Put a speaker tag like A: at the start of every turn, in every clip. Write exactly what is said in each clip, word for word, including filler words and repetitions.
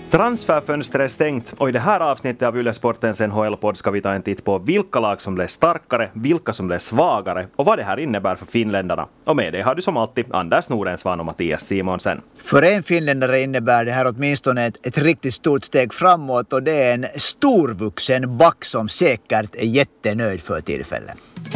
A: Transferfönstret är stängt och i det här avsnittet av Yle Sportens N H L-podd ska vi ta en titt på vilka lag som blev starkare, vilka som blev svagare och vad det här innebär för finländarna. Och med det har du som alltid Anders Nordensvan och Mattias Simonsen.
B: För en finländare innebär det här åtminstone ett, ett riktigt stort steg framåt och det är en storvuxen back som säkert är jättenöjd för tillfället.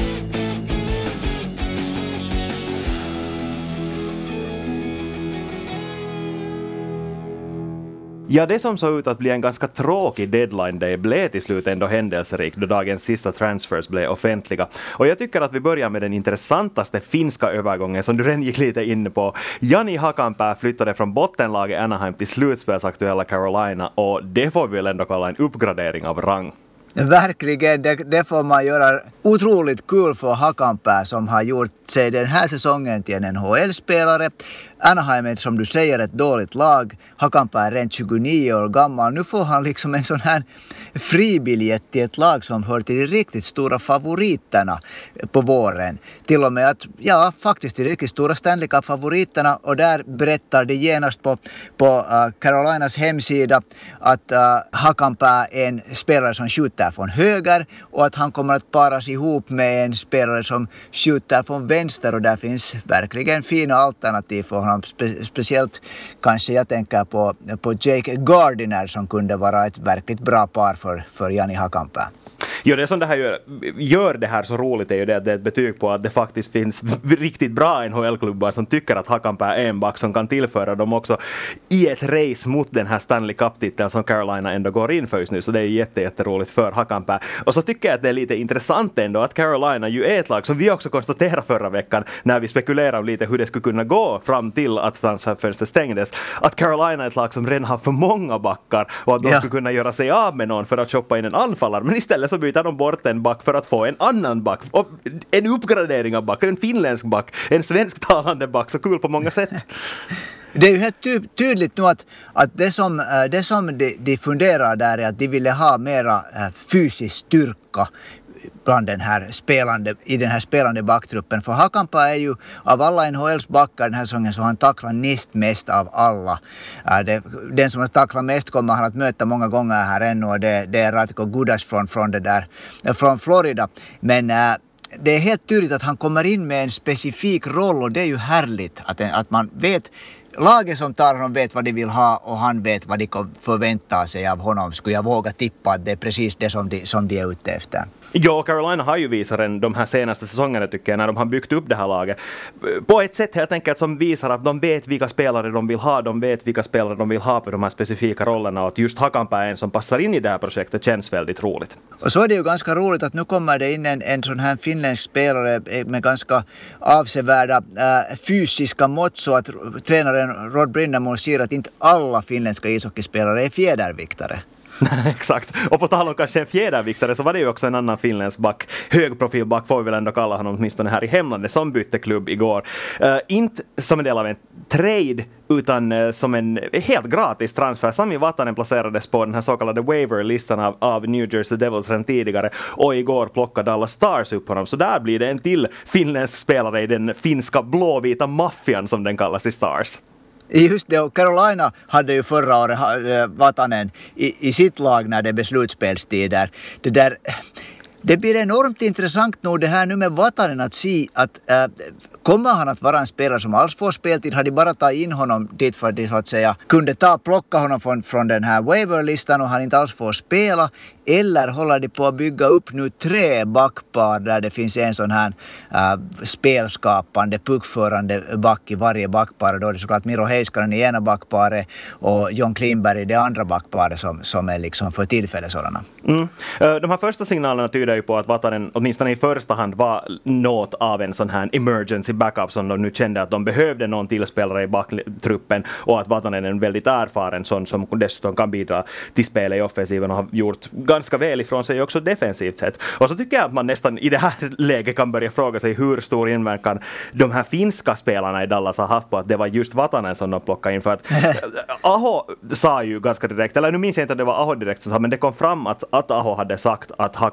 A: Ja, det som såg ut att bli en ganska tråkig deadline day blev till slut ändå händelserik då dagens sista transfers blev offentliga. Och jag tycker att vi börjar med den intressantaste finska övergången som du redan gick lite inne på. Jani Hakanpää flyttade från bottenlaget Anaheim till slutspelsaktuella Carolina och det får vi väl ändå kalla en uppgradering av rang.
B: Verkligen, det, det får man göra otroligt kul för Hakanpää som har gjort sig den här säsongen till en N H L-spelare. Anaheim är som du säger ett dåligt lag. Hakanpää är rent tjugonio år gammal. Nu får han liksom en sån här fribiljett till ett lag som hör till de riktigt stora favoriterna på våren. Till och med att, ja, faktiskt de riktigt stora Stanley Cup-favoriterna. Och där berättar de genast på, på uh, Carolinas hemsida att uh, Hakanpää är en spelare som skjuter från höger och att han kommer att paras ihop med en spelare som skjuter från vänster och där finns verkligen fina alternativ för honom. Spe- speciellt kanske jag tänker på, på Jake Gardiner som kunde vara ett verkligt bra par för, för Jani Hakanpää.
A: Ja, det som det här gör, gör det här så roligt är ju det att det är ett betyg på att det faktiskt finns riktigt bra N H L-klubbar som tycker att Hakanpää är en back som kan tillföra dem också i ett race mot den här Stanley Cup-titeln som Carolina ändå går in för just nu. Så det är ju jätte, jätteroligt för Hakanpää. Och så tycker jag att det är lite intressant ändå att Carolina ju är ett lag som vi också konstaterade förra veckan när vi spekulerade om lite hur det skulle kunna gå fram till att transferfönstret stängdes. Att Carolina är ett lag som redan har för många backar och att de ja. skulle kunna göra sig av med någon för att shoppa in en anfallare. Men istället så byter de bort en back för att få en annan back. Och en uppgradering av back, en finländsk back, en svensktalande back, så kul på många sätt.
B: Det är ju helt ty- tydligt nu att, att det som, det som de, de funderar där är att de ville ha mera fysisk styrka bland den här spelande, i den här spelande backtruppen. För Hakanpää är ju av alla N H L:s backar den här säsongen så han tacklar näst mest av alla. Det, den som har tacklat mest kommer han att möta många gånger här ännu och det, det är Ratko Gudas från, från, det där, från Florida. Men äh, det är helt tydligt att han kommer in med en specifik roll och det är ju härligt att, att man vet. Laget som tar honom vet vad de vill ha och han vet vad de förväntar sig av honom. Skulle jag våga tippa att det är precis det som de, som de är ute efter.
A: Ja, Carolina har ju visat en, de här senaste säsongerna tycker jag när de har byggt upp det här laget. På ett sätt helt enkelt som visar att de vet vilka spelare de vill ha, de vet vilka spelare de vill ha på de här specifika rollerna och att just Hakanpää är en som passar in i det här projektet känns väldigt roligt.
B: Och så är det ju ganska roligt att nu kommer det in en, en sån här finländsk spelare med ganska avsevärda äh, fysiska mått så att tränaren Rod Brindamore säger att inte alla finländska ishockeyspelare är fjäderviktare.
A: Exakt. Och på tal om kanske en fjäderviktare så var det ju också en annan finländsk back, högprofilback får vi väl ändå kalla honom åtminstone här i hemlandet, som bytte klubb igår. Uh, inte som en del av en trade utan uh, som en helt gratis transfer. Sami Vatanen placerades på den här så kallade waiver-listan av, av New Jersey Devils redan tidigare och igår plockade Dallas Stars upp honom. Så där blir det en till finländsk spelare i den finska blåvita maffian som den kallas i Stars.
B: Just det, och Carolina hade ju förra året Vatanen i, i sitt lag när det beslutspelstider. Det där, det blir enormt intressant nog det här nu med Vatanen att se att äh, kommer han att vara en spelare som alls får speltid? Har de bara tagit in honom dit för att de så att säga kunde ta plocka honom från, från den här waiver-listan och han inte alls får spela? Eller håller de på att bygga upp nu tre backpar där det finns en sån här äh, spelskapande, puckförande back i varje backpar. Då är det såklart Miro Heiskanen i ena backparet och John Klingberg i det andra backparet som, som är liksom för tillfället sådana.
A: Mm. De här första signalerna tyder ju på att Vatanen åtminstone i första hand var något av en sån här emergency backup som de nu kände att de behövde någon tillspelare i backtruppen och att Vatanen är en väldigt erfaren sån som dessutom kan bidra till spelet i offensiven och har gjort ganska väl ifrån sig också defensivt sett. Och så tycker jag att man nästan i det här läget kan börja fråga sig hur stor inverkan de här finska spelarna i Dallas har haft på att det var just Vatanen som de plockade in för att Aho sa ju ganska direkt, eller nu minns jag inte att det var Aho direkt som sa, men det kom fram att, att Aho hade sagt att Hakanpää är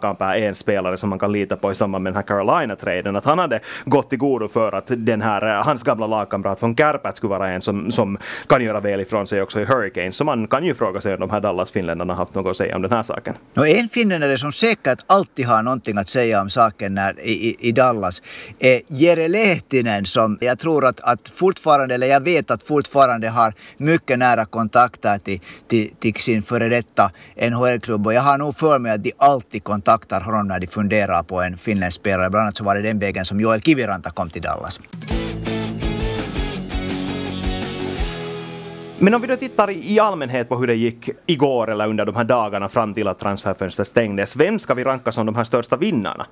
A: en spelare som man kan lita på i samband med den här Carolina-traden. Att han hade gått till godo för att den här, hans gamla lagkamrat från Kärpät skulle vara en som, som kan göra väl ifrån sig också i Hurricanes. Så man kan ju fråga sig om de här Dallas-finländarna har haft något att säga om den här saken.
B: Och en finländare som säkert alltid har någonting att säga om saken när, i, i Dallas är Jere Lehtinen, som jag tror att, att fortfarande, eller jag vet att fortfarande har mycket nära kontakter till, till, till sin före detta N H L-klubb. Och jag har nog för mig att de alltid kontaktar honom när de funderar på en finländsk spelare. Bland annat så var det den vägen som Joel Kiviranta kom till Dallas.
A: Men om vi då tittar i allmänhet på hur det gick igår eller under de här dagarna fram till att transferfönstret stängdes, vem ska vi ranka som de här största vinnarna?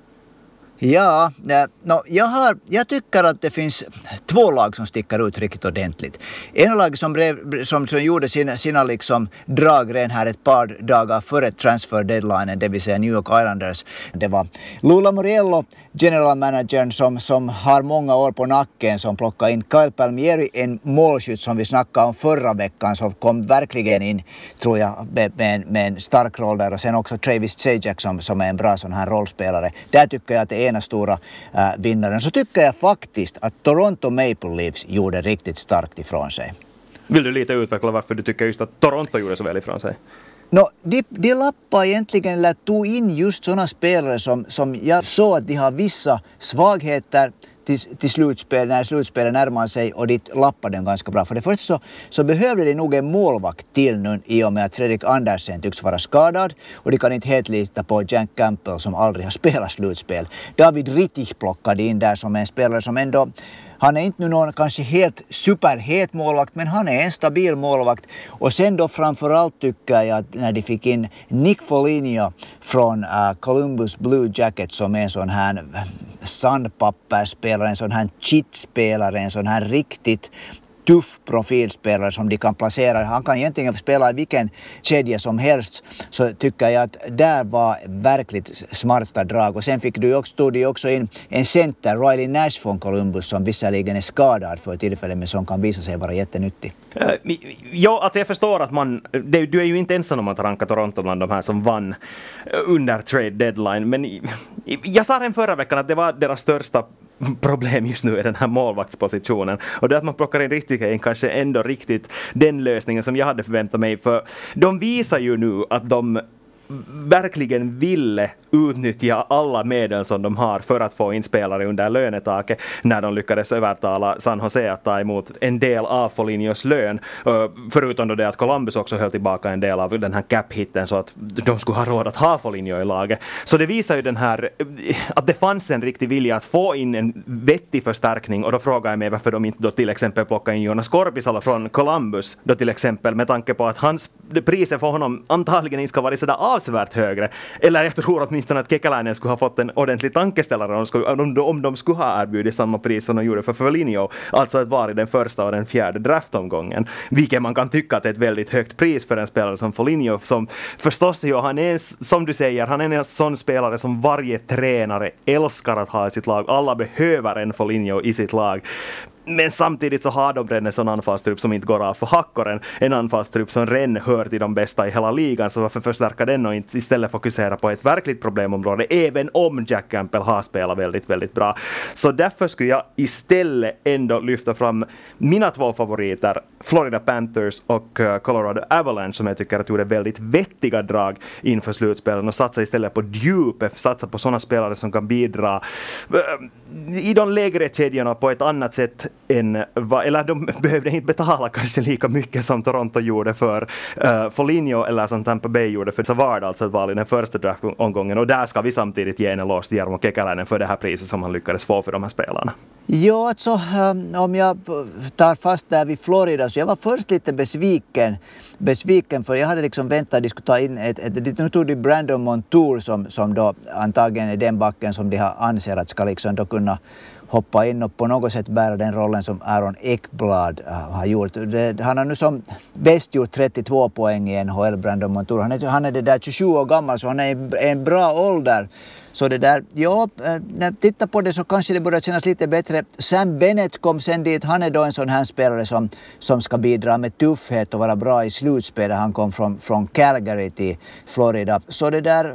B: Ja, no, jag, har, jag tycker att det finns två lag som sticker ut riktigt ordentligt. En lag som, brev, som, som gjorde sina, sina liksom dragren här ett par dagar före transfer deadline, det vill säga New York Islanders. Det var Lula Moriello, general managern som, som har många år på nacken, som plockade in Kyle Palmieri, en målskytt som vi snackade om förra veckan, som kom verkligen in, tror jag, med, med, med en stark roll där. Och sen också Travis Zajac som, som är en bra sån här rollspelare. Där tycker jag att det är ena stora äh, vinnaren. Så tycker jag faktiskt att Toronto Maple Leafs gjorde riktigt starkt ifrån sig.
A: Vill du lite utveckla varför du tycker just att Toronto gjorde så väl ifrån sig?
B: No, de, de lappade egentligen, eller tog in just sådana spelare som, som jag såg att de har vissa svagheter till, till slutspel, när slutspelet närmar sig, och dit lappade den ganska bra. För det första så, så behövde de nog en målvakt till nu i och med att Fredrik Andersen tycks vara skadad, och de kan inte helt lita på Jack Campbell som aldrig har spelat slutspel. David Rittich plockade in där som en spelare som ändå, han är inte nu någon kanske helt superhet målvakt, men han är en stabil målvakt. Och sen då framförallt tycker jag att när de fick in Nick Foligno från uh, Columbus Blue Jackets, som är en sån här sandpapperspelare, en sån här chitspelare, en sån här riktigt tuff profilspelare som de kan placera. Han kan egentligen spela i vilken kedja som helst. Så tycker jag att där var verkligt smarta drag. Och sen fick du också, tog de också in en center, Riley Nash från Columbus, som visserligen är skadad för tillfället, men som kan visa sig vara jättenyttig.
A: Uh, ja, alltså jag förstår att man, det, du är ju inte ensam om att ranka Toronto bland de här som vann under trade deadline, men jag sa den förra veckan att det var deras största problem just nu är den här målvaktspositionen, och det att man plockar in riktigt är kanske ändå riktigt den lösningen som jag hade förväntat mig, för de visar ju nu att de verkligen ville utnyttja alla medel som de har för att få in spelare under lönetaket, när de lyckades övertala San Jose att ta emot en del av Folignos lön, förutom då det att Columbus också höll tillbaka en del av den här cap-hitten så att de skulle ha råd att ha Foligno i laget. Så det visar ju den här att det fanns en riktig vilja att få in en vettig förstärkning, och då frågar jag mig varför de inte då till exempel plockar in Jonas Korpisalo från Columbus då till exempel, med tanke på att hans priset för honom antagligen inte ska vara sådär avsevärt högre. Eller jag tror åtminstone att Kekäläinen skulle ha fått en ordentlig tankeställare om, skulle, om, de, om de skulle ha erbjudit samma pris som de gjorde för Foligno, alltså att vara i den första och den fjärde draftomgången. Vilket man kan tycka att det är ett väldigt högt pris för en spelare som Foligno, som förstås ju, han är, som du säger, han är en sån spelare som varje tränare älskar att ha i sitt lag. Alla behöver en Foligno i sitt lag. Men samtidigt så har de redan en sån anfallstrupp som inte går av för hackoren. En anfallstrupp som redan hör till de bästa i hela ligan. Så varför förstärka den och inte istället fokusera på ett verkligt problemområde, även om Jack Campbell har spelat väldigt, väldigt bra. Så därför skulle jag istället ändå lyfta fram mina två favoriter, Florida Panthers och Colorado Avalanche, som jag tycker att gjorde väldigt vettiga drag inför slutspelen, och satsa istället på djup, satsa på sådana spelare som kan bidra i de lägre kedjorna på ett annat sätt än, eller de behövde inte betala kanske lika mycket som Toronto gjorde för uh, Foligno eller som Tampa Bay gjorde för Savard, alltså ett val i den första draftomgången, och där ska vi samtidigt ge en eloge till Jarmo Kekäläinen för det här priset som han lyckades få för de här spelarna.
B: Ja, alltså um, om jag tar fast där vid Florida, så jag var först lite besviken besviken för jag hade liksom väntat att de skulle ta in ett, ett, ett nu tog de Brandon Montour som, som då antagligen är den backen som de har anser att ska liksom då kunna hoppa in och på något sätt bära den rollen som Aaron Ekblad har gjort. Det, han har nu som bäst gjort trettiotvå poäng i N H L, Brandon Montour. Han är, han är det där tjugosju år gammal, så han är i en bra ålder. Så det där, ja, när jag tittar på det så kanske det börjar kännas lite bättre. Sam Bennett kom sen dit, han är då en sån här spelare som, som ska bidra med tuffhet och vara bra i slutspelet. Han kom från, från Calgary till Florida. Så det där,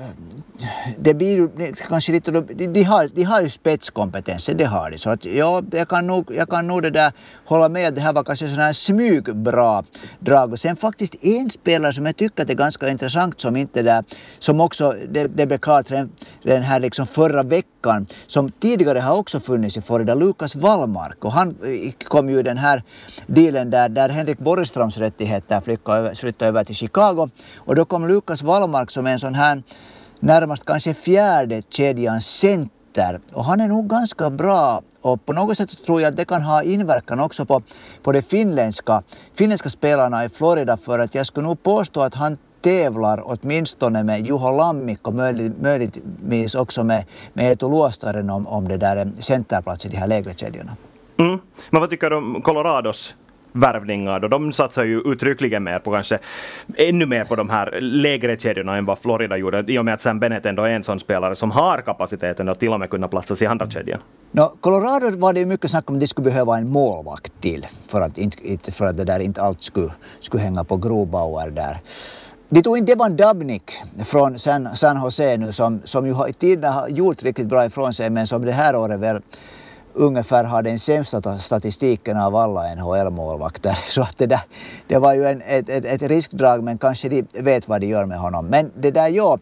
B: det blir kanske lite, de, de, har, de har ju spetskompetenser, det har de. Så att ja, jag kan nog, jag kan nog det där hålla med att det här var kanske sån här smygbra drag. Och sen faktiskt en spelare som jag tycker att är ganska intressant som inte där, som också, det, det blev klart den, den här liksom förra veckan, som tidigare har också funnits i Florida, Lukas Wallmark. Och han kom ju den här dealen där, där Henrik Borgströms rättigheter flyttade, flyttade över till Chicago. Och då kom Lukas Wallmark som en sån här närmast kanske fjärde kedjans center. Och han är nog ganska bra. Och på något sätt tror jag att det kan ha inverkan också på, på de finländska, finländska spelarna i Florida. För att jag skulle nog påstå att han tävlar åtminstone med Juho Lammikko, möjligt, möjligtvis också med, med Eetu Luostaren om, om det där centerplats i de här lägre kedjorna.
A: Mm. Men vad tycker du om Colorados värvningar då? De satsar ju uttryckligen mer på kanske ännu mer på de här lägre kedjorna än vad Florida gjorde, i och med att Sam Bennett ändå är en sån spelare som har kapaciteten att till och med kunna platsas i andra kedjan.
B: No, Colorado var det ju mycket snack om att de skulle behöva en målvakt till för att, inte, för att det där inte allt skulle, skulle hänga på Grobauer där. De tog in Devan Dubnyk från San, San Jose nu som, som ju har, i tiden har gjort riktigt bra ifrån sig, men som det här året väl ungefär har den sämsta statistiken av alla N H L-målvakter. Så att det, där, det var ju en, ett, ett, ett riskdrag, men kanske de vet vad de gör med honom. Men det där, ja,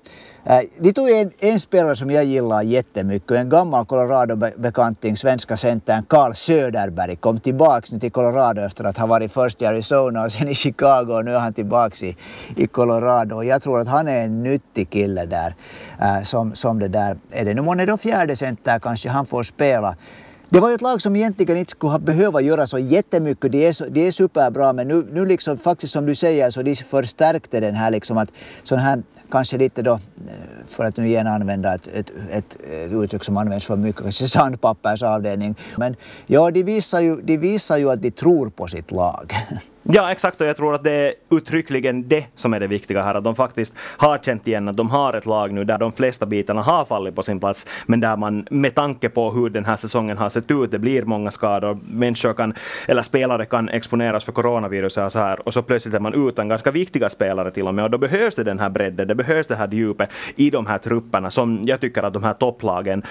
B: de tog en, en spelare som jag gillar jättemycket. En gammal Colorado-bekanting, svenska centern Carl Söderberg, kom tillbaks nu till Colorado efter att ha varit först i Arizona och sen i Chicago, och nu är han tillbaks i, i Colorado. Jag tror att han är en nyttig kille där, äh, som, som det där är det. Nu måste då fjärde center kanske han får spela. Det var ju ett lag som egentligen inte skulle behöva göra så jättemycket. Det är, så, det är superbra, men nu, nu liksom faktiskt som du säger så de förstärkte den här liksom att sån här kanske lite då, för att nu igen använda ett, ett, ett, ett uttryck som används för mycket, kanske sandpappersavdelning. Men ja, de visar ju, de visar ju att de tror på sitt lag.
A: Ja, exakt, och jag tror att det är uttryckligen det som är det viktiga här, att de faktiskt har känt igen att de har ett lag nu där de flesta bitarna har fallit på sin plats, men där man med tanke på hur den här säsongen har sett ut, det blir många skador, människor kan, eller spelare kan exponeras för coronaviruset och så här, och så plötsligt är man utan ganska viktiga spelare till och med, och då behövs det den här bredden, det behövs det här djupet i de här trupperna som jag tycker att de här topplagen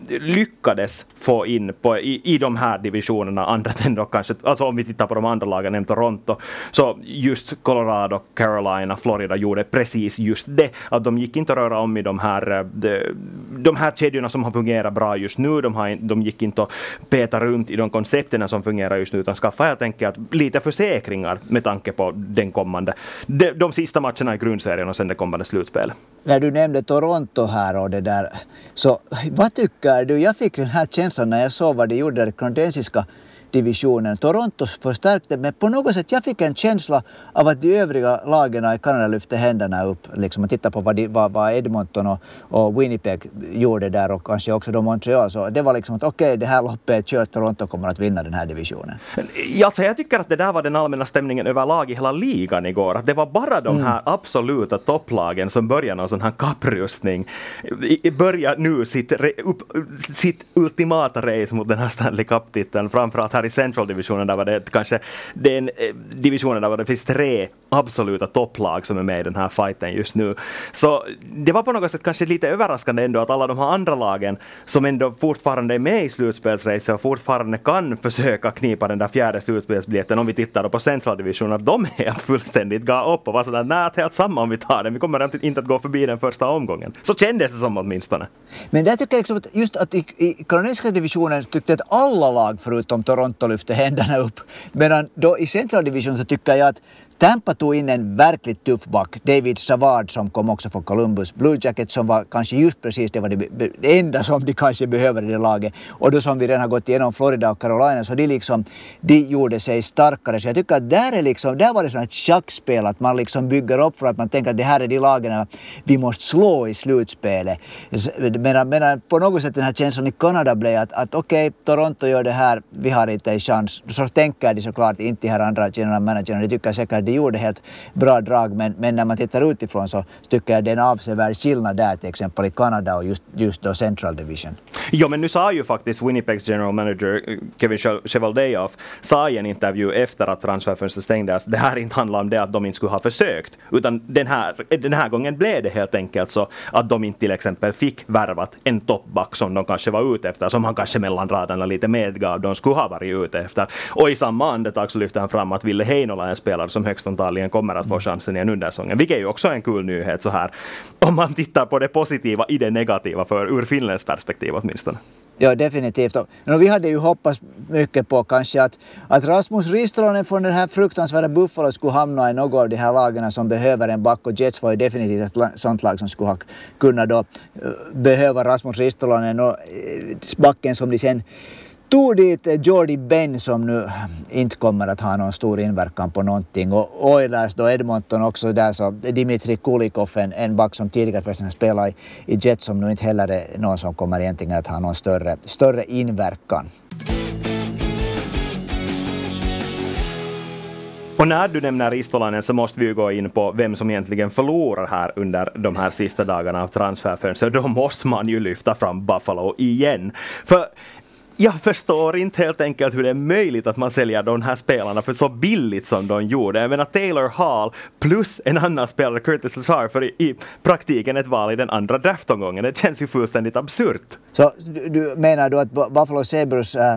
A: lyckades få in på, i, i de här divisionerna, andra än då kanske, alltså om vi tittar på de andra lagen än Toronto. Så just Colorado, Carolina, Florida gjorde precis just det. Att de gick inte att röra om i de här, de, de här kedjorna som har fungerat bra just nu. De, har, de gick inte att peta runt i de koncepterna som fungerar just nu, utan skaffa helt enkelt lite försäkringar med tanke på den kommande, de, de sista matcherna i grundserien och sen det kommande slutspel.
B: När du nämnde Toronto här och det där, så vad tycker du? Jag fick den här känslan när jag såg vad de gjorde i kanadensiska divisionen. Toronto förstärkte, men på något sätt jag fick en känsla av att de övriga lagen i Kanada lyfte händerna upp. Liksom att titta på vad, de, vad, vad Edmonton och, och Winnipeg gjorde där, och kanske också då Montreal. Så det var liksom att okej, okay, det här loppet är kört, Toronto kommer att vinna den här divisionen.
A: Alltså, jag tycker att det där var den allmänna stämningen överlag i hela ligan igår. Att det var bara de här mm. absoluta topplagen som började någon sån här kapprustning. Börjar nu sitt, upp, sitt ultimata race mot den här Stanley Cup-titeln. Framförallt här i Central-divisionen där var det kanske den divisionen där var det finns tre absoluta topplag som är med i den här fighten just nu. Så det var på något sätt kanske lite överraskande ändå att alla de här andra lagen som ändå fortfarande är med i slutspelsracet och fortfarande kan försöka knipa den där fjärde slutspelsbiljetten, om vi tittar då på Central-divisionen, att de är att fullständigt gå upp och var sådär nät helt samma om vi tar den. Vi kommer inte att gå förbi den första omgången. Så kändes det som åtminstone.
B: Men där tycker jag liksom att just att i, i kanadensiska divisionen tyckte att alla lag förutom Toronto lyfte händerna upp. Medan då i Central Division så tycker jag att Tampa tog in en verkligt tuff back, David Savard, som kom också från Columbus Blue Jackets, som var kanske just precis det var det, det enda som de kanske behöver i det laget. Och då som vi redan har gått igenom Florida och Carolina, så de liksom, de gjorde sig starkare. Så jag tycker att där är liksom, där var det sånt ett schackspel, att man liksom bygger upp för att man tänker att det här är de lagen vi måste slå i slutspelet. Medan, medan på något sätt den här känslan i Kanada blev att, att okej, okay, Toronto gör det här, vi har inte en chans. Så tänker de såklart inte här andra general managerna, de tycker säkert de gjorde helt bra drag, men, men när man tittar utifrån så tycker jag det är en avsevärd skillnad där till exempel i Kanada och just just då Central Division.
A: Jo, men nu sa ju faktiskt Winnipegs general manager Kevin Cheveldayoff sa i en intervju efter att transferfönstret stängdes, det här inte handlar om det att de inte skulle ha försökt, utan den här, den här gången blev det helt enkelt så att de inte till exempel fick värvat en toppback som de kanske var ute efter, som han kanske mellan raderna lite medgav de skulle ha varit ute efter. Och i samma andetag så lyfte han fram att Ville Heinola är en spelare som högst antagligen kommer att få chansen i en undersäsong, vilket är ju också en kul nyhet så här, om man tittar på det positiva i det negativa för ur Finlands perspektiv åtminstone.
B: Ja, definitivt. Och vi hade ju hoppats mycket på kanske att, att Rasmus Ristolainen från den här fruktansvärda Buffalo skulle hamna i något av de här lagarna som behöver en back, och Jets var ju definitivt ett sånt lag som skulle ha kunnat då behöva Rasmus Ristolainen, och backen som de sen tog dit Jordy Ben som nu inte kommer att ha någon stor inverkan på någonting, och Oilers då Edmonton också där, så Dimitri Kulikov, en, en back som tidigare förresten spelade i, i Jets, som nu inte heller är någon som kommer egentligen att ha någon större, större inverkan.
A: Och när du nämner Ristolainen så måste vi ju gå in på vem som egentligen förlorar här under de här sista dagarna av transferfönstret. Då måste man ju lyfta fram Buffalo igen. För jag förstår inte helt enkelt hur det är möjligt att man säljer de här spelarna för så billigt som de gjorde. Jag menar Taylor Hall plus en annan spelare, Curtis Lazar, för i, i praktiken ett val i den andra draftomgången. Det känns ju fullständigt absurt.
B: Så du, du menar du att Buffalo Sabres äh,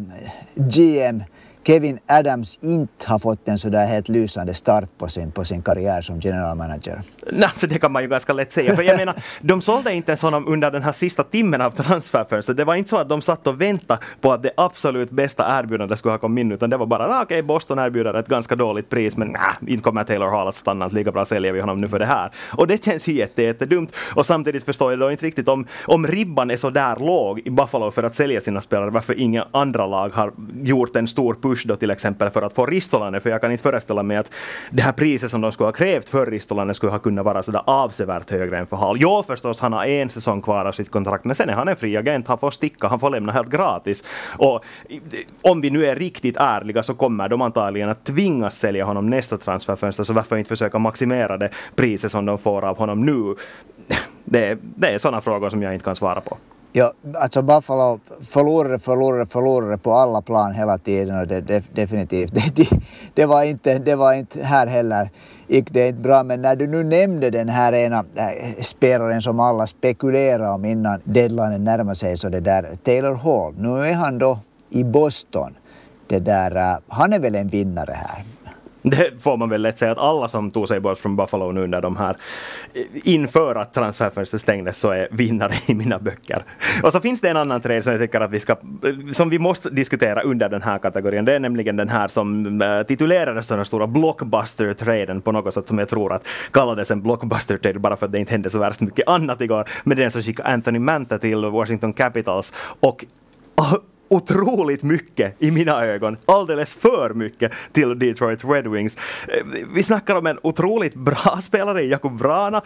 B: G M Kevin Adams inte har fått en sådär helt lysande start på sin, på sin karriär som general manager?
A: Nej, alltså det kan man ju ganska lätt säga. För jag menar, de sålde inte ens honom under den här sista timmen av transferfönstret. Det var inte så att de satt och väntade på att det absolut bästa erbjudandet skulle ha kommit in, utan det var bara, ah, okej, okay, Boston erbjuder ett ganska dåligt pris, men nej, inte kommer Taylor Hall att stanna, lika bra säljer vi honom nu för det här. Och det känns ju jätte, jätte dumt. Och samtidigt förstår jag då inte riktigt om, om ribban är så där låg i Buffalo för att sälja sina spelare, varför inga andra lag har gjort en stor push då till exempel för att få Ristolainen, för jag kan inte föreställa mig att det här priset som de skulle ha krävt för Ristolainen skulle ha kunnat vara sådär avsevärt högre än för Hall. Jo, förstås, han har en säsong kvar av sitt kontrakt, men sen är han en fri agent, han får sticka, han får lämna helt gratis. Och om vi nu är riktigt ärliga så kommer de antagligen att tvingas sälja honom nästa transferfönster, så varför inte försöka maximera det priset som de får av honom nu? Det, det är sådana frågor som jag inte kan svara på.
B: Ja, alltså Buffalo förlorade, förlorade, förlorade på alla plan hela tiden, och det, det, definitivt. Det, det, det, var inte, det var inte här heller, gick det inte bra, men när du nu nämnde den här ena äh, spelaren som alla spekulerar om innan deadline närmar sig, så det där Taylor Hall, nu är han då i Boston. Det där, äh, han är väl en vinnare här.
A: Det får man väl lätt säga att alla som tog sig bort från Buffalo nu när de här inför att transferfönstret stängdes så är vinnare i mina böcker. Och så finns det en annan trade som jag tycker att vi ska, som vi måste diskutera under den här kategorin. Det är nämligen den här som titulerades den stora blockbuster-traden på något sätt, som jag tror att kallades en blockbuster-trade bara för att det inte hände så värst mycket annat igår. Men den som skickade Anthony Mantha till Washington Capitals, och otroligt mycket i mina ögon, alldeles för mycket till Detroit Red Wings. Vi snackar om en otroligt bra spelare i Jakub Vrana,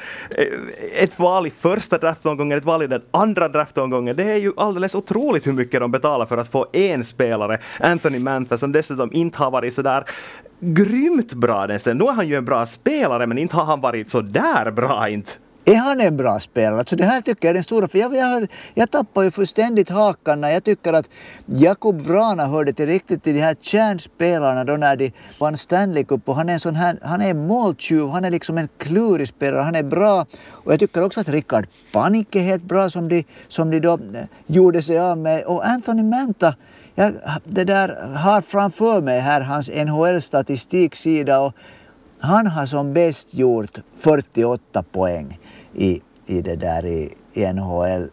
A: ett val i första draftomgången, ett val i den andra draftomgången. Det är ju alldeles otroligt hur mycket de betalar för att få en spelare, Anthony Mantha, som dessutom inte har varit så där grymt bra den ställen. Nu är han ju en bra spelare, men inte har han varit så där bra inte.
B: Är han en bra spelare? Alltså det här tycker jag är den stora, för jag, jag, jag tappar ju fullständigt hakan när jag tycker att Jakub Vrana hörde till riktigt till de här kärnspelarna då när de vann Stanley Cup, och han är en sån här, han är måltjuv, han är liksom en klurig spelare, han är bra, och jag tycker också att Rickard Panik är helt bra som de, som de då gjorde sig av med, och Anthony Mantha, jag det där har framför mig här hans N H L-statistiksida, och han har som bäst gjort fyrtioåtta poäng i, i det där i, i N H L.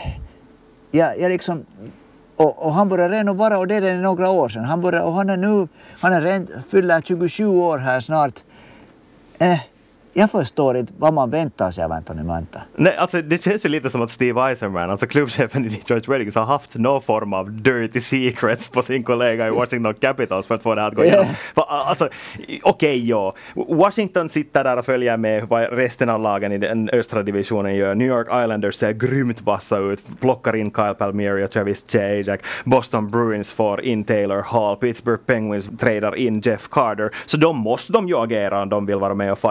B: Ja, jag liksom, och, och han börjar redan vara, och det är det några år sedan. Han börjar, och han är nu, han är redan fyller tjugosju år här snart. Eh, jag förstår inte vad man väntar sig av Anthony Mantha.
A: Nej, alltså det känns ju lite som att Steve Eisenman, alltså klubbchefen i Detroit Red Wings, har haft någon form av dirty secrets på sin kollega i Washington Capitals för att få det att gå igenom. Yeah. Alltså, okej, okay, ja. Washington sitter där och följer med vad resten av lagen i den östra divisionen gör. New York Islanders ser grymt vassa ut, plockar in Kyle Palmieri och Travis Zajac. Boston Bruins får in Taylor Hall. Pittsburgh Penguins tradar in Jeff Carter. Så de måste de ju agera om de vill vara med och fightas.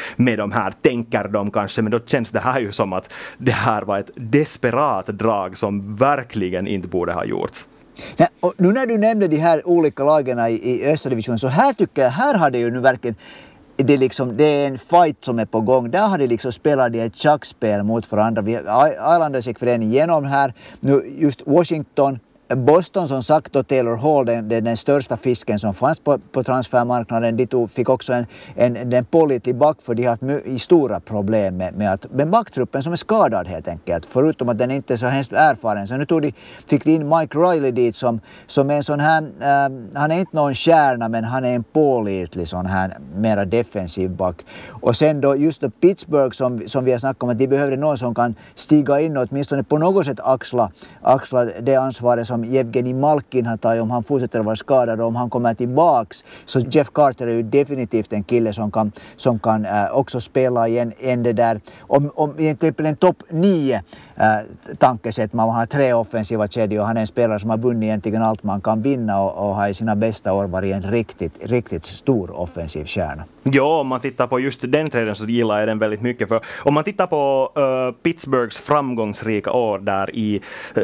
A: med de här, tänker de kanske, men då känns det här ju som att det här var ett desperat drag som verkligen inte borde ha gjorts.
B: Nej, och nu när du nämnde de här olika lagarna i, i östra divisionen, så här tycker jag, här har det ju nu verkligen, det är, liksom, det är en fight som är på gång. Där har de liksom spelat ett schackspel mot varandra. Vi, Islanders gick föreningen igenom här. Nu just Washington, Boston som sagt och Taylor Hall, den, den, den största fisken som fanns på, på transfermarknaden. De tog, fick också en, en, en poli tillbaka för de har haft my, stora problem med, med, att, med backtruppen som är skadad helt enkelt. Förutom att den inte är så hemskt erfaren. Så nu tog de, fick de in Mike Riley dit som, som är en sån här, äh, han är inte någon kärna men han är en pålitlig sån här mera defensiv back. Och sen då just då Pittsburgh som, som vi har snackat om att de behövde någon som kan stiga in och åtminstone på något sätt axla, axla det ansvaret som Evgeni Malkin har tagit om han fortsätter att vara skadad och om han kommer tillbaks. Så Jeff Carter är ju definitivt en kille som kan, som kan äh, också spela igen en det där. Om, om egentligen en topp nio äh, tankesätt, man har tre offensiva kedjor och han är en spelare som har vunnit egentligen allt man kan vinna och, och har i sina bästa år varit en riktigt, riktigt stor offensiv kärna.
A: Ja, om man tittar på just den traden så gillar jag den väldigt mycket. För om man tittar på uh, Pittsburghs framgångsrika år där i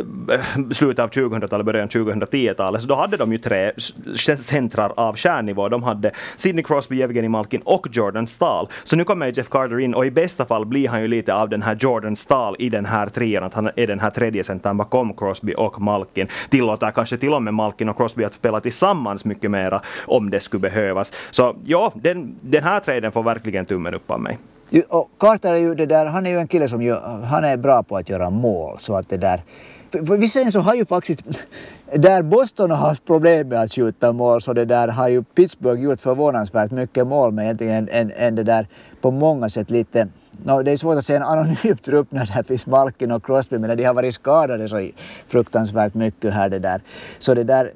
A: uh, slutet av tjugohundratalet, början tjugohundratio-talet, så då hade de ju tre centrar av kärnnivå. De hade Sidney Crosby, Evgeni Malkin och Jordan Stahl. Så nu kommer Jeff Carter in och i bästa fall blir han ju lite av den här Jordan Stahl i den här trion, att han är den här tredje centern bakom Crosby och Malkin. Tillåter kanske till och med Malkin och Crosby att spela tillsammans mycket mera om det skulle behövas. Så ja, den Den här traden får verkligen tummen upp av mig.
B: Och Carter är ju det där, han är ju en kille som gör, han är bra på att göra mål, så att det där, för vissa så har ju faktiskt, där Boston har haft problem med att skjuta mål, så det där har ju Pittsburgh gjort förvånansvärt mycket mål med egentligen en, en det där på många sätt lite. No, det är svårt att säga en anonym trupp när det finns Malkin och Crosby, men när de har varit skadade så fruktansvärt mycket här det där. Så det där,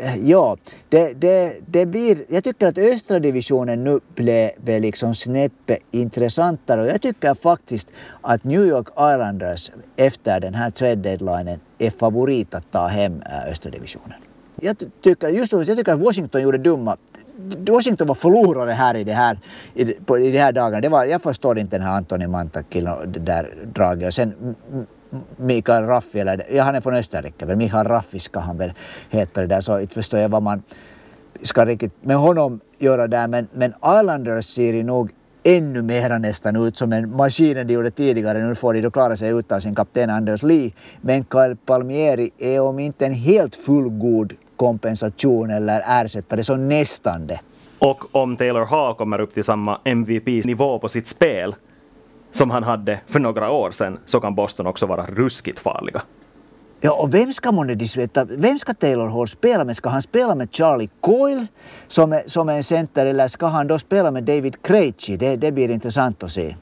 B: ja, det, det, det blir, jag tycker att östra divisionen nu blev liksom snäppet intressantare och jag tycker faktiskt att New York Islanders efter den här trade deadlinen är favorit att ta hem östra divisionen. Jag tycker, just jag tycker att Washington gjorde dumma Washington var förlorare här i det här i, på, i de här dagarna. Det var, jag förstår inte den här Antoni Mantakil och det där draget. Och sen Mikael Raffi, eller ja, han är från Österrike, men Mikael Raffi ska han väl heta det där. Så inte förstår jag vad man ska riktigt med honom göra där. Men, men Islanders ser ju nog ännu mer nästan ut som en maskin än de gjorde tidigare. Nu får de då klara sig utan sin kapten Anders Lee. Men Kyle Palmieri är om inte en helt fullgod kompensation eller ersättare, så nästan det.
A: Och om Taylor Hall kommer upp till samma M V P-nivå på sitt spel som han hade för några år sedan, så kan Boston också vara ruskigt farliga.
B: Ja, och vem ska man veta? Vem ska Taylor Hall spela med? Ska han spela med Charlie Coyle som är, som är en center, eller ska han då spela med David Krejci? Det, det blir intressant att se.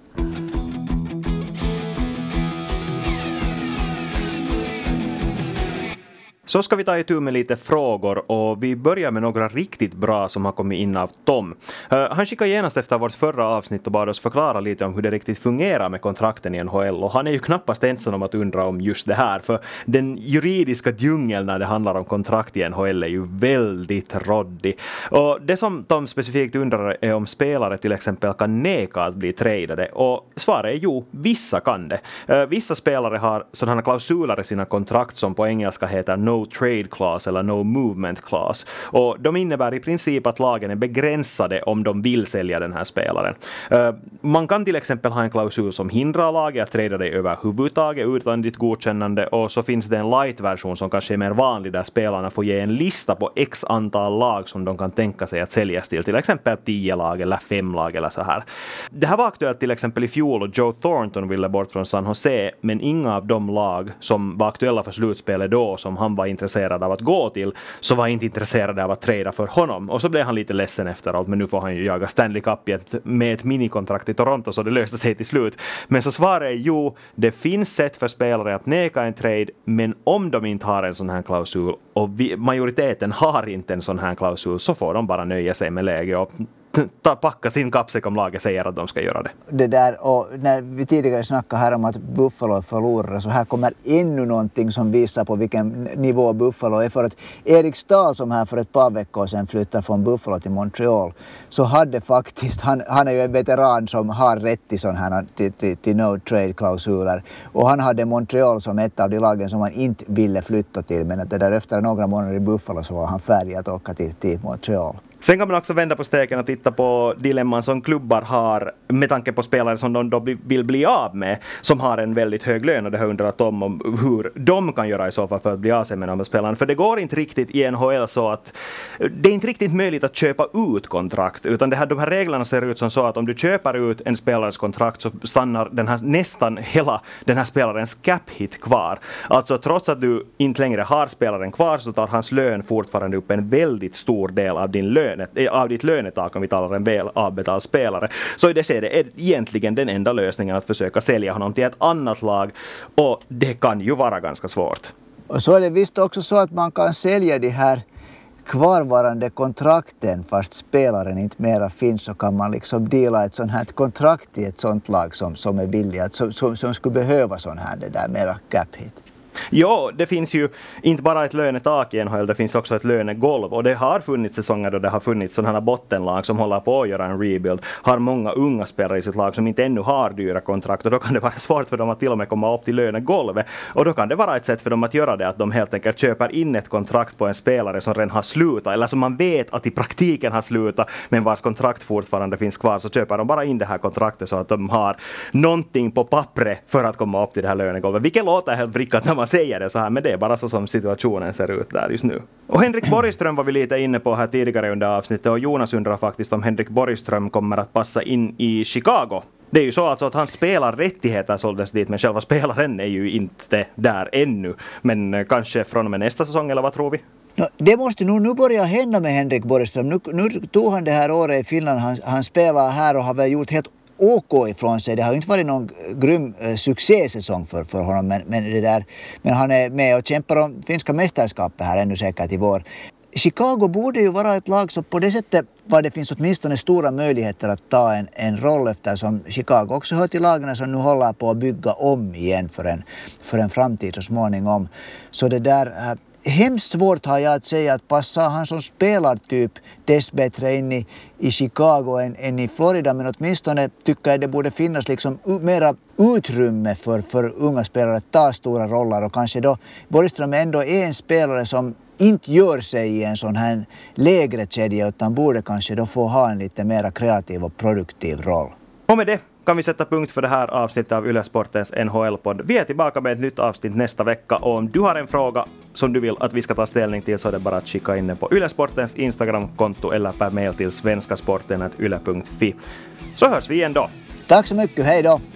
A: Så ska vi ta itu med lite frågor och vi börjar med några riktigt bra som har kommit in av Tom. Uh, han skickade genast efter vårt förra avsnitt och bad oss förklara lite om hur det riktigt fungerar med kontrakten i N H L, och han är ju knappast ensam om att undra om just det här, för den juridiska djungeln när det handlar om kontrakt i N H L är ju väldigt råddig. Och det som Tom specifikt undrar är om spelare till exempel kan neka att bli tradade, och svaret är jo, vissa kan det. Uh, vissa spelare har sådana klausuler i sina kontrakt som på engelska heter no trade clause eller no movement clause. Och de innebär i princip att lagen är begränsade om de vill sälja den här spelaren. Uh, man kan till exempel ha en klausul som hindrar laget att trada dig överhuvudtaget utan ditt godkännande, och så finns det en light-version som kanske är mer vanlig där spelarna får ge en lista på x antal lag som de kan tänka sig att säljas till. Till exempel tio lag eller fem lag eller så här. Det här var aktuellt till exempel i fjol och Joe Thornton ville bort från San Jose, men inga av de lag som var aktuella för slutspelet då som han var intresserad av att gå till, så var inte intresserade av att trada för honom. Och så blev han lite ledsen efteråt, men nu får han ju jaga Stanley Cup med ett minikontrakt i Toronto, så det löste sig till slut. Men så svarar är jo, det finns sätt för spelare att neka en trade, men om de inte har en sån här klausul och vi, majoriteten har inte en sån här klausul, så får de bara nöja sig med läge. Och ta, packa sin kappsäck om laget säger att de ska göra det.
B: Det där, och när vi tidigare snackade här om att Buffalo förlorar, så här kommer ännu någonting som visar på vilken nivå Buffalo är. För att Erik Stahl, som här för ett par veckor sedan flyttade från Buffalo till Montreal, så hade faktiskt, han, han är ju en veteran som har rätt i sån här till, till, till no trade-klausuler, och han hade Montreal som ett av de lagen som han inte ville flytta till, men att det där efter några månader i Buffalo så var han färdig att åka till, till Montreal.
A: Sen kan man också vända på steken och titta på dilemman som klubbar har med tanke på spelare som de då vill bli av med, som har en väldigt hög lön, och det har undrat om, om hur de kan göra i så fall för att bli av sig med de här spelarna. För det går inte riktigt i N H L så att det är inte riktigt möjligt att köpa ut kontrakt, utan det här, de här reglerna ser ut som så att om du köper ut en spelares kontrakt så stannar den här, nästan hela den här spelarens cap hit kvar. Alltså trots att du inte längre har spelaren kvar så tar hans lön fortfarande upp en väldigt stor del av din lön, av ditt lönetak om vi talar en väl avbetald spelare. Så i det ser det är egentligen den enda lösningen att försöka sälja honom till ett annat lag, och det kan ju vara ganska svårt.
B: Och så är det visst också så att man kan sälja de här kvarvarande kontrakten fast spelaren inte mera finns, så kan man liksom dela ett sånt här kontrakt i ett sånt lag som, som är billigt, som, som, som skulle behöva sån här det där mera cap hit.
A: Ja, det finns ju inte bara ett lönetak i N H L, det finns också ett lönegolv, och det har funnits säsonger då det har funnits sådana här bottenlag som håller på att göra en rebuild, har många unga spelare i sitt lag som inte ännu har dyra kontrakt, och då kan det vara svårt för dem att till och med komma upp till lönegolvet, och då kan det vara ett sätt för dem att göra det att de helt enkelt köper in ett kontrakt på en spelare som redan har slutat, eller som man vet att i praktiken har slutat men vars kontrakt fortfarande finns kvar, så köper de bara in det här kontraktet så att de har någonting på pappret för att komma upp till det här lönegolvet, vilket låter helt vrickat när man säger det så här, men det är bara så som situationen ser ut där just nu. Och Henrik Borgström var vi lite inne på här tidigare under avsnittet, och Jonas undrar faktiskt om Henrik Borgström kommer att passa in i Chicago. Det är ju så alltså att han spelar rättigheter såldes dit, men själva spelaren är ju inte där ännu. Men kanske från och med nästa säsong, eller vad tror vi?
B: No, det måste nog nu börja hända med Henrik Borgström. Nu, nu tog han det här året i Finland, han, han spelar här och har väl gjort helt OK ifrån sig. Det har ju inte varit någon grym eh, succésäsong för, för honom, men, men, det där, men han är med och kämpar om finska mästerskapet här ännu säkert i vår. Chicago borde ju vara ett lag som på det sättet var det finns åtminstone stora möjligheter att ta en, en roll, eftersom Chicago också hör till lagarna som nu håller på att bygga om igen för en, för en framtid så småningom. Så det där äh, hemskt svårt har jag att säga att passar han som spelartyp dess bättre in i, i Chicago än, än i Florida, men åtminstone tycker jag det borde finnas liksom mera utrymme för, för unga spelare att ta stora roller, och kanske då Borgström ändå är en spelare som inte gör sig i en sån här lägre kedja utan borde kanske då få ha en lite mer kreativ och produktiv roll.
A: Och med det kan vi sätta punkt för det här avsnittet av Yle Sportens N H L-podd. Vi är tillbaka med ett nytt avsnitt nästa vecka, och om du har en fråga som du vill att vi ska ta ställning till så är det bara att skicka in den på Yle Sportens Instagram-konto eller per mail till svenskasporten at yle punkt fi. Så hörs vi igen då.
B: Tack så mycket, hej då!